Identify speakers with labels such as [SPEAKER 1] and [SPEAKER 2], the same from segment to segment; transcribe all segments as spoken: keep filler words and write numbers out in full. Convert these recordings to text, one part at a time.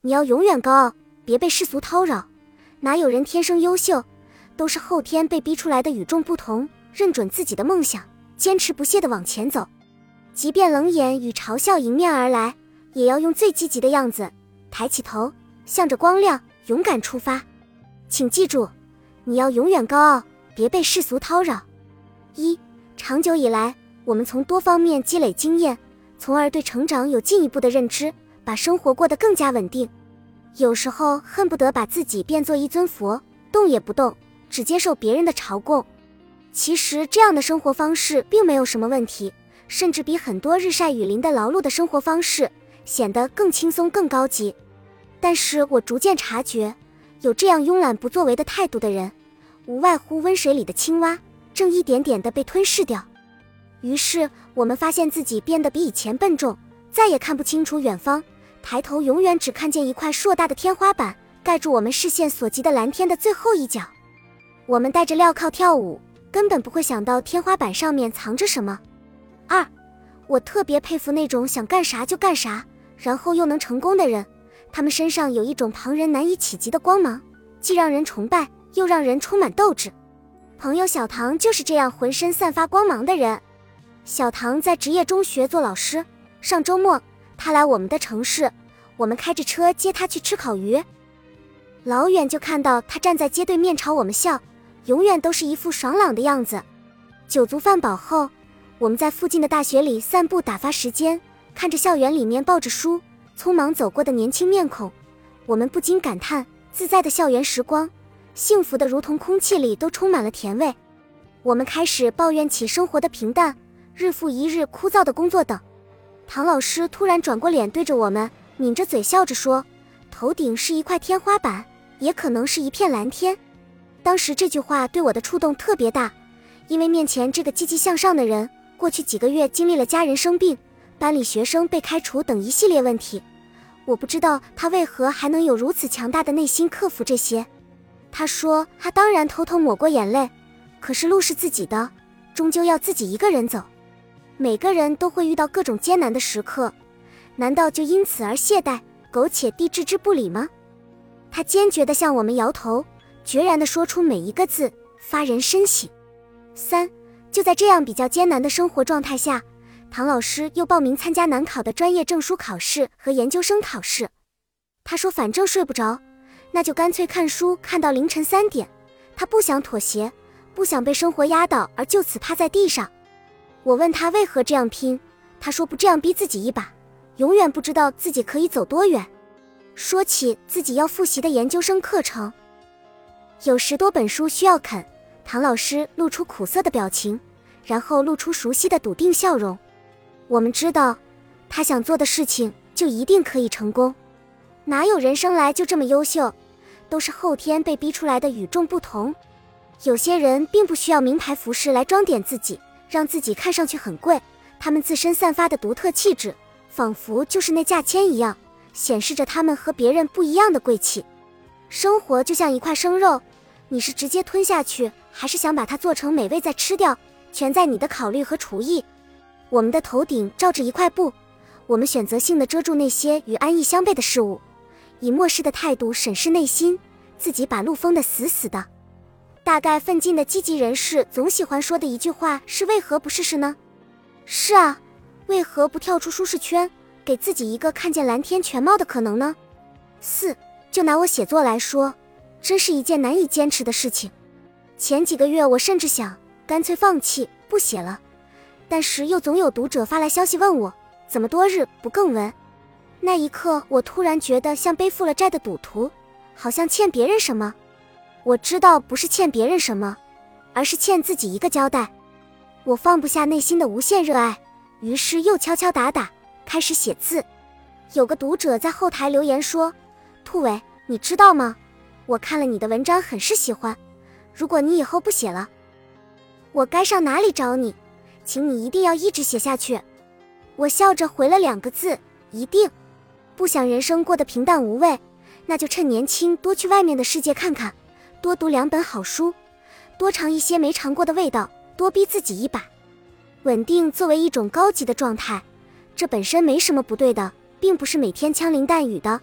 [SPEAKER 1] 你要永远高傲，别被世俗叨扰。哪有人天生优秀，都是后天被逼出来的与众不同。认准自己的梦想，坚持不懈地往前走。即便冷眼与嘲笑迎面而来，也要用最积极的样子，抬起头，向着光亮，勇敢出发。请记住，你要永远高傲，别被世俗叨扰。一，长久以来，我们从多方面积累经验，从而对成长有进一步的认知，把生活过得更加稳定。有时候恨不得把自己变作一尊佛，动也不动，只接受别人的朝贡。其实这样的生活方式并没有什么问题，甚至比很多日晒雨淋的劳碌的生活方式显得更轻松更高级。但是我逐渐察觉，有这样慵懒不作为的态度的人，无外乎温水里的青蛙，正一点点地被吞噬掉。于是我们发现自己变得比以前笨重，再也看不清楚远方，抬头永远只看见一块硕大的天花板，盖住我们视线所及的蓝天的最后一角。我们戴着镣铐跳舞，根本不会想到天花板上面藏着什么。二，我特别佩服那种想干啥就干啥，然后又能成功的人，他们身上有一种旁人难以企及的光芒，既让人崇拜，又让人充满斗志。朋友小唐就是这样浑身散发光芒的人。小唐在职业中学做老师，上周末他来我们的城市，我们开着车接他去吃烤鱼。老远就看到他站在街对面朝我们笑，永远都是一副爽朗的样子。酒足饭饱后，我们在附近的大学里散步打发时间，看着校园里面抱着书匆忙走过的年轻面孔，我们不禁感叹自在的校园时光，幸福的如同空气里都充满了甜味。我们开始抱怨起生活的平淡，日复一日枯燥的工作等。唐老师突然转过脸对着我们，抿着嘴笑着说，头顶是一块天花板，也可能是一片蓝天。当时这句话对我的触动特别大，因为面前这个积极向上的人，过去几个月经历了家人生病、班里学生被开除等一系列问题。我不知道他为何还能有如此强大的内心克服这些。他说他当然偷偷抹过眼泪，可是路是自己的，终究要自己一个人走。每个人都会遇到各种艰难的时刻，难道就因此而懈怠、苟且地置之不理吗？他坚决地向我们摇头，决然地说出每一个字，发人深省。三，就在这样比较艰难的生活状态下，唐老师又报名参加难考的专业证书考试和研究生考试。他说反正睡不着，那就干脆看书看到凌晨三点。他不想妥协，不想被生活压倒而就此趴在地上。我问他为何这样拼，他说不这样逼自己一把，永远不知道自己可以走多远。说起自己要复习的研究生课程，有十多本书需要啃，唐老师露出苦涩的表情，然后露出熟悉的笃定笑容。我们知道，他想做的事情就一定可以成功。哪有人生来就这么优秀，都是后天被逼出来的与众不同。有些人并不需要名牌服饰来装点自己，让自己看上去很贵，他们自身散发的独特气质，仿佛就是那价签一样，显示着他们和别人不一样的贵气。生活就像一块生肉，你是直接吞下去，还是想把它做成美味再吃掉，全在你的考虑和厨艺。我们的头顶罩着一块布，我们选择性地遮住那些与安逸相悖的事物，以漠视的态度审视内心，自己把路封得死死的。大概奋进的积极人士总喜欢说的一句话是，为何不试试呢？是啊，为何不跳出舒适圈，给自己一个看见蓝天全貌的可能呢？四，就拿我写作来说，真是一件难以坚持的事情。前几个月我甚至想干脆放弃不写了，但是又总有读者发来消息问我，怎么多日不更文？那一刻我突然觉得像背负了债的赌徒，好像欠别人什么。我知道不是欠别人什么，而是欠自己一个交代。我放不下内心的无限热爱，于是又敲敲打打开始写字。有个读者在后台留言说，兔伟，你知道吗？我看了你的文章很是喜欢，如果你以后不写了，我该上哪里找你？请你一定要一直写下去。我笑着回了两个字，一定。不想人生过得平淡无味，那就趁年轻多去外面的世界看看，多读两本好书，多尝一些没尝过的味道，多逼自己一把。稳定作为一种高级的状态，这本身没什么不对的，并不是每天枪林弹雨的，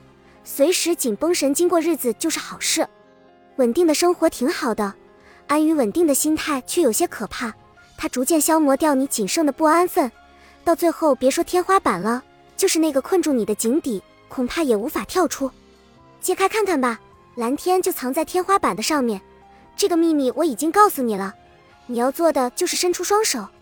[SPEAKER 1] 随时紧绷神经过日子就是好事。稳定的生活挺好的，安于稳定的心态却有些可怕，它逐渐消磨掉你仅剩的不安分，到最后别说天花板了，就是那个困住你的井底，恐怕也无法跳出。揭开看看吧，蓝天就藏在天花板的上面，这个秘密我已经告诉你了，你要做的就是伸出双手，